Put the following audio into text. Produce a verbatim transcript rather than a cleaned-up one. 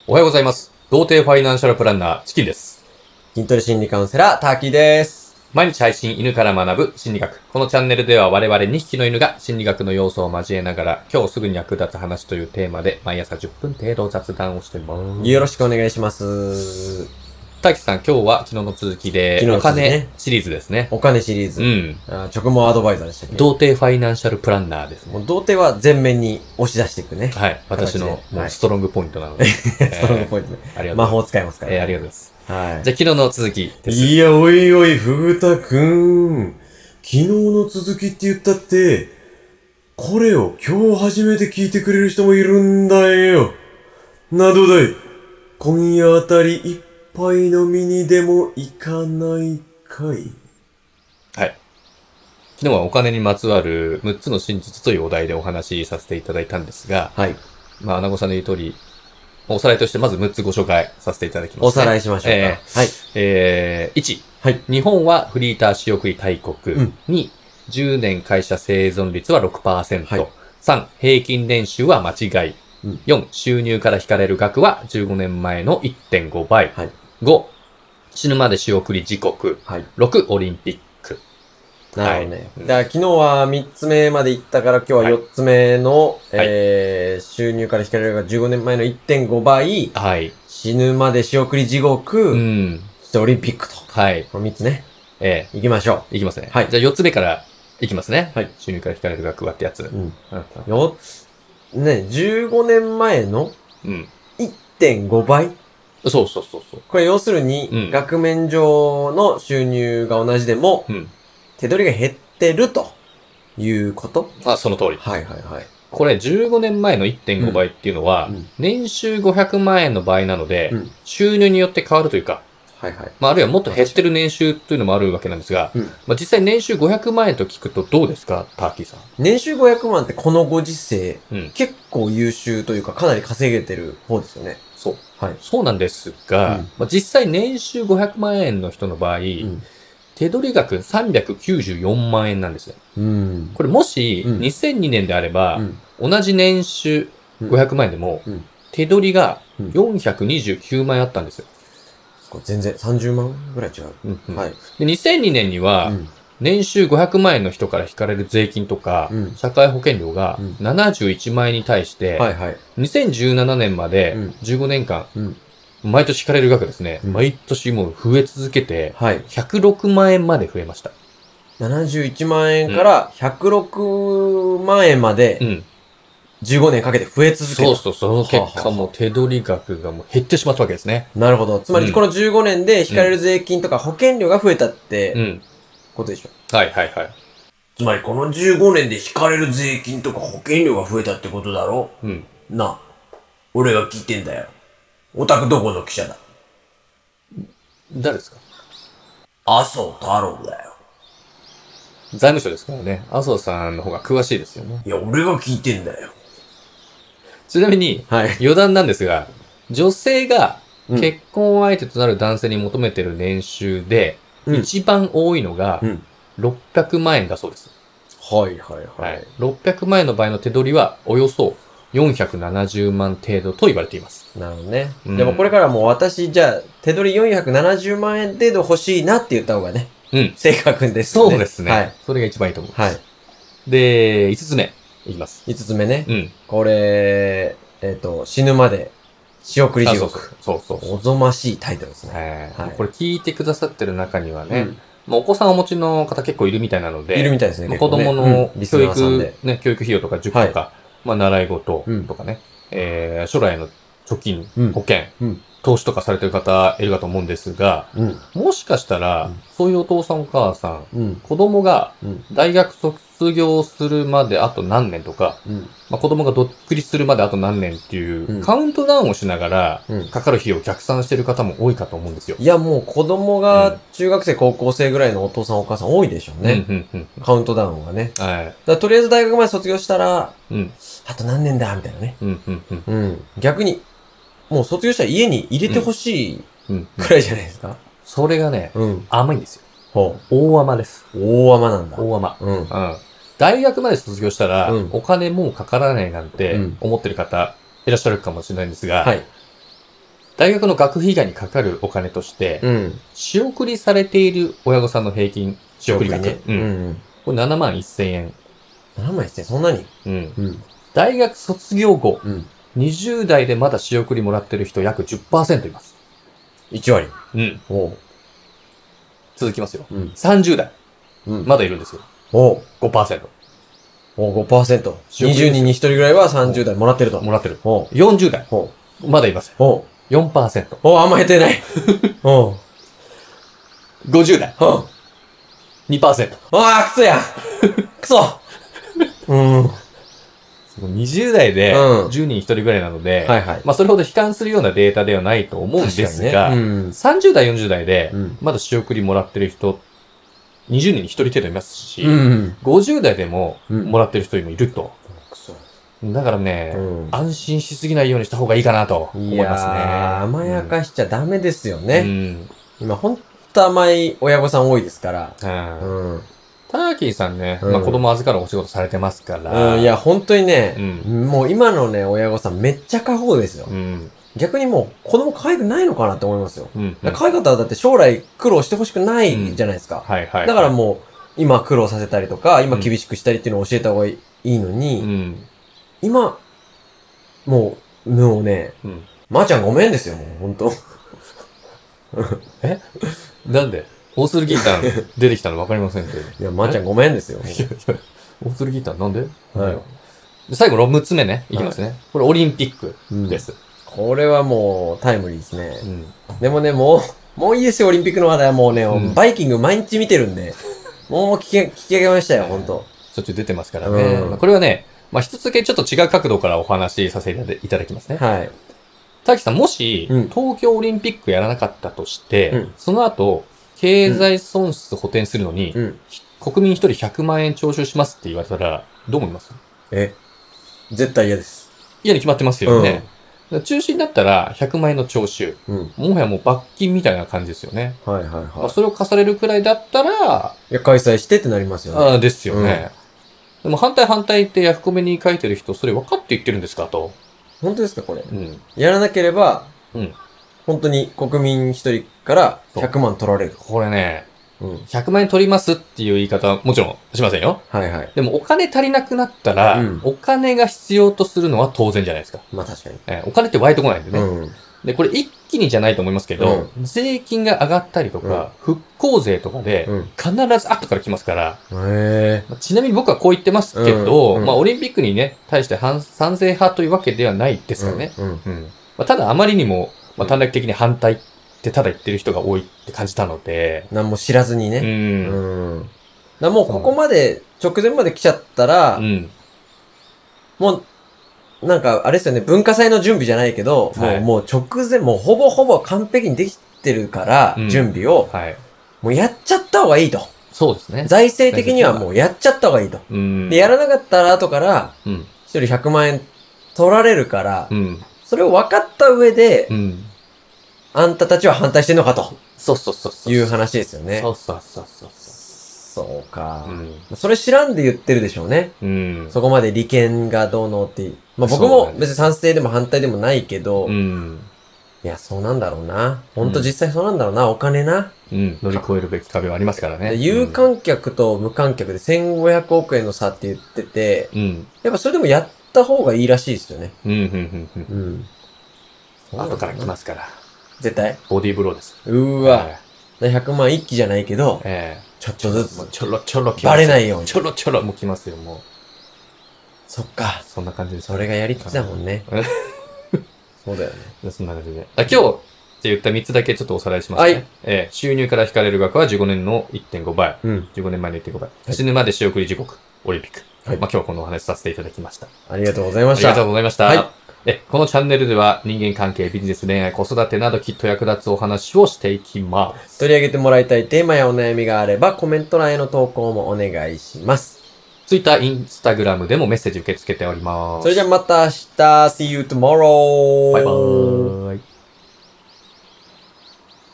おはようございます。童貞ファイナンシャルプランナー、チキンです。 筋トレ心理カウンセラー、ターキーです。 毎日配信犬から学ぶ心理学。このチャンネルでは我々にひきの犬が心理学の要素を交えながら、今日すぐに役立つ話というテーマで毎朝じゅっぷん程度雑談をしています。 よろしくお願いします。 大輝さん、今日は昨日の続きで、 昨日のお続きね金シリーズですね。 お金シリーズ。 うん。 あ直毛アドバイザーでしたっけ？ 童貞ファイナンシャルプランナーですね。 もう童貞は全面に押し出していくね。 はい。私のもうストロングポイントなので。 はい、ストロングポイントね。 ありがとうございます。 魔法使いますから、ね。 えー、ありがとうございます。 はい。 じゃあ昨日の続きです。 いや、おいおい、ふぐたくん。昨日の続きって言ったって、これを今日初めて聞いてくれる人もいるんだよ。などだい。今夜あたり一杯飲みにでも行かないかい。 はい。昨日はお金にまつわるむっつの真実というお題でお話しさせていただいたんですが、 はい。 まあ、アナゴさんの言う通り、おさらいとしてまずむっつご紹介させていただきます、ね。 おさらいしましょうか。 えー、 はい。 えー、いち、 はい。 日本はフリーター仕送り大国。 うん、 に、じゅうねん会社生存率は ろくパーセント。 はい、 さん、平均年収は間違い。 うん、 よん、収入から引かれる額はじゅうごねんまえの いってんごばい。 はい、 ご、死ぬまで仕送り時刻。 はい、 ろく、オリンピック。 なるほどね。はい、だから昨日はみっつめまで行ったから今日はよっつめの、はい、えー、収入から引かれるがじゅうごねんまえの いってんごばい。 はい。 死ぬまで仕送り地獄。 うん。 そしてオリンピックと。 はい。 このみっつね。 ええ。行きましょう。行きますね。 はい。 じゃあよっつめから行きますね。 はい。 収入から引かれる額はってやつ。うん。 よっ、ね、じゅうごねんまえのうん。 いってんごばい。 そうそうそうそう。 これ要するに、うん、額面上の収入が同じでも、うん、手取りが減ってるということ？ あ、その通り。 はいはいはい。 これじゅうごねんまえの いってんごばいっていうのは、うん、年収ごひゃくまんえんの場合なので、うん、収入によって変わるというか、 はいはい。 まあ、あるいはもっと減ってる年収というのもあるわけなんですが、うん、まあ、実際年収ごひゃくまんえんと聞くとどうですか、ターキーさん。 年収ごひゃくまんってこのご時世、うん、結構優秀というかかなり稼げてる方ですよね。 そう。はい。そうなんですが、うん、まあ、実際年収ごひゃくまんえんの人の場合、うん、手取り額さんびゃくきゅうじゅうよんまんえんなんですよ。うん、これもしにせんにねんであれば、うん、同じ年収ごひゃくまんえんでも、うん、手取りがよんひゃくにじゅうきゅうまんえんあったんですよ。 全然さんじゅうまんぐらい違う。 うんうん、はい。で、にせんにねんには、年収ごひゃくまんえんの人から引かれる税金とか、うん、社会保険料がななじゅういちまんえんに対して、はいはい、にせんじゅうななねんまでじゅうごねんかん、うん、毎年引かれる額ですね、うん、毎年もう増え続けて、ひゃくろくまんえんまで増えました。 ななじゅういちまんえんからひゃくろくまんえんまで、うんじゅうごねんかけて増え続けた。 そうそう、その結果も手取り額がもう減ってしまったわけですね。 なるほど。つまりこのじゅうごねんで引かれる税金とか保険料が増えたって、うん、ことでしょ。 はいはいはい。 つまりこのじゅうごねんで引かれる税金とか保険料が増えたってことだろ。うん。なあ、俺が聞いてんだよ。オタクどこの記者だ？ 誰ですか？ 麻生太郎だよ。 財務省ですからね。麻生さんの方が詳しいですよね。 いや、俺が聞いてんだよ。 ちなみに、はい、余談なんですが、女性が結婚相手となる男性に求めてる年収で、うん、一番多いのがろっぴゃくまんえんだそうです。 うん、はいはいはい。はい、 ろっぴゃくまんえんの場合の手取りはおよそよんひゃくななじゅうまん程度と言われています。 なるほどね。うん、でもこれからもう私、じゃあ手取りよんひゃくななじゅうまんえん程度欲しいなって言った方がね。うん。正確ですね。 そうですね。はい。それが一番いいと思います。 はい。 で、いつつめ。いきます。 いつつめね。うん。これ、えっと、死ぬまで、仕送り地獄。 そうそうそう。 おぞましいタイトルですね。 はい。これ聞いてくださってる中にはね、うんまあ、お子さんをお持ちの方結構いるみたいなので、 いるみたいですね。 まあ、子供の教育、うん、ね、教育費用とか塾とか、はい、まあ、習い事とかね、うん、えー、将来の貯金、うん、保険、うん、投資とかされてる方いるかと思うんですが、うん、もしかしたら、うん、そういうお父さんお母さん、うん、子供が大学卒業するまであと何年とか、うんまあ、子供が独立するまであと何年っていう、うん、カウントダウンをしながら、かかる費用を逆算してる方も多いかと思うんですよ。 いや、もう子供が中学生、高校生ぐらいのお父さんお母さん多いでしょうね。うんうんうん、カウントダウンがね。はい。だとりあえず大学まで卒業したら、うん、あと何年だみたいなね。うんうんうんうん、逆に、もう卒業したら家に入れてほしいくらいじゃないですか、うんうん、 それがね、うん、甘いんですよ。 ほう。大甘です。 大甘なんだ。 大甘。うん。うん。大学まで卒業したら、うん、お金もうかからないなんて思ってる方いらっしゃるかもしれないんですが、はい、 大学の学費以外にかかるお金として、うん、仕送りされている親御さんの平均仕送り額、ね、うんうん、これななまんせんえん。 ななまんせんえんそんなに、 うんうん、大学卒業後、うん、にじゅう代でまだ仕送りもらってる人約 じゅっパーセント います。 いち割。 うん。お続きますよ。うん、さんじゅう代、うん。まだいるんですよ。 おごパーセント。 お ごパーセント。にじゅうにんにひとりぐらいはさんじゅう代もらってると。 もらってる。よんじゅう代。まだいません。よんパーセント。 おあんま減ってない。 ごじゅう代。にパーセント。 ああ、クソや。クソ。うん。 にじゅう代でじゅうにんひとりぐらいなので、うんはいはい、まあそれほど悲観するようなデータではないと思うんですが、ねうん、さんじゅう代、よんじゅう代でまだ仕送りもらってる人、にじゅうにんにひとり程度いますし、うん、ごじゅう代でももらってる人もいると。うん、だからね、うん、安心しすぎないようにした方がいいかなと思いますね。いや甘やかしちゃダメですよね。うん、今ほんと甘い親御さん多いですから。 うんターキーさんね、うん、まあ子供預かるお仕事されてますから。 うん、いや、本当にね、うん、もう今のね、親御さんめっちゃ過保護ですよ。うん、逆にもう子供可愛くないのかなって思いますよ。うん、可愛かったらだって将来苦労してほしくないじゃないですか。うん、はいはい、はい。だからもう、今苦労させたりとか、今厳しくしたりっていうのを教えた方がいいのに、うん、今、もう、もうね、うん、まーちゃんごめんですよ、もう、ほんと。 えなんで大鶴ギター出てきたの分かりませんけど。 いや、まーちゃんごめんですよ。 大鶴ギターなんで、はい、最後むつめね、いきますね、はい。これオリンピックです、うん。 これはもうタイムリーですね。うん、でもね、もう、もういいですよ、オリンピックの話題はもうね、うん、バイキング毎日見てるんで、もう聞き、聞き上げましたよ、ほんと。 しょっちゅう出てますからね。うんまあ、これはね、まあ一つだけちょっと違う角度からお話しさせていただきますね。はい。たきさん、もし、うん、東京オリンピックやらなかったとして、うん、その後、経済損失補填するのに、うん、国民一人ひゃくまんえん徴収しますって言われたら、どう思います？ え絶対嫌です。 嫌に決まってますよね。うん、中止になったらひゃくまんえんの徴収、うん。もはやもう罰金みたいな感じですよね。はいはいはい。まあ、それを課されるくらいだったら、 いや、開催してってなりますよね。 ああ、ですよね。うん、でも反対反対ってヤフコメに書いてる人、それ分かって言ってるんですかと。 本当ですかこれ。うん。やらなければ、うん。本当に国民一人からひゃくまん取られる。 これね、うん、ひゃくまんえん取りますっていう言い方はもちろんしませんよ。はいはい。でもお金足りなくなったら、うん、お金が必要とするのは当然じゃないですか。 まあ確かに。 えー、お金って湧いてこないんでね。うん、で、これ一気にじゃないと思いますけど、うん、税金が上がったりとか、うん、復興税とかで、必ず後から来ますから、へー。ちなみに僕はこう言ってますけど、うんうん、まあオリンピックにね、対して反賛成派というわけではないですからね。うんうんうんまあ、ただあまりにも、まあ、短絡的に反対ってただ言ってる人が多いって感じたので。 何も知らずにね。うん。うん、だもうここまで、直前まで来ちゃったら、うん、もう、なんか、あれですよね、文化祭の準備じゃないけど、はい、もう、もう直前、もうほぼほぼ完璧にできてるから、うん、準備を、はい、もうやっちゃった方がいいと。 そうですね。 財政的にはもうやっちゃった方がいいと。うん、で、やらなかったら後から、うん、一人ひゃくまんえん取られるから、うんそれを分かった上で、うん、あんたたちは反対してんのかと。 そうそうそうそう。 いう話ですよね。 そうそうそうそう。 そうか、うん。それ知らんで言ってるでしょうね。うん、そこまで利権がどうのって。まあ僕も別に賛成でも反対でもないけど、うん、いや、そうなんだろうな。ほんと実際そうなんだろうな。お金な。 うん。乗り越えるべき壁はありますからね。 有観客と無観客でせんごひゃくおくえんの差って言ってて、うん、やっぱそれでもやった方がいいらしいですよね。うん、うん、うん、うん。 うん。後から来ますから。 絶対ボディーブローです。 うーわ。えー、ひゃくまん一気じゃないけど、えー、ちょっとずつ。 ちょろちょろ来ます。 バレないように。 ちょろちょろもう来ますよ、もう。 そっか。 そんな感じです。 それがやり口だもんね。そうだよね。 そんな感じで。あ、今日って言ったみっつだけちょっとおさらいしますね。はい。えー、収入から引かれる額はじゅうごねんの いってんご 倍。うん。じゅうごねんまえの いってんご 倍。はい、死ぬまで仕送り時刻。オリンピック。はい。まあ、今日はこのお話させていただきました。 ありがとうございました。 ありがとうございました。はい。え、このチャンネルでは人間関係、ビジネス、恋愛、子育てなどきっと役立つお話をしていきます。 取り上げてもらいたいテーマやお悩みがあればコメント欄への投稿もお願いします。 Twitter、Instagram でもメッセージ受け付けております。 それじゃまた明日 See you tomorrow! バイバーイ。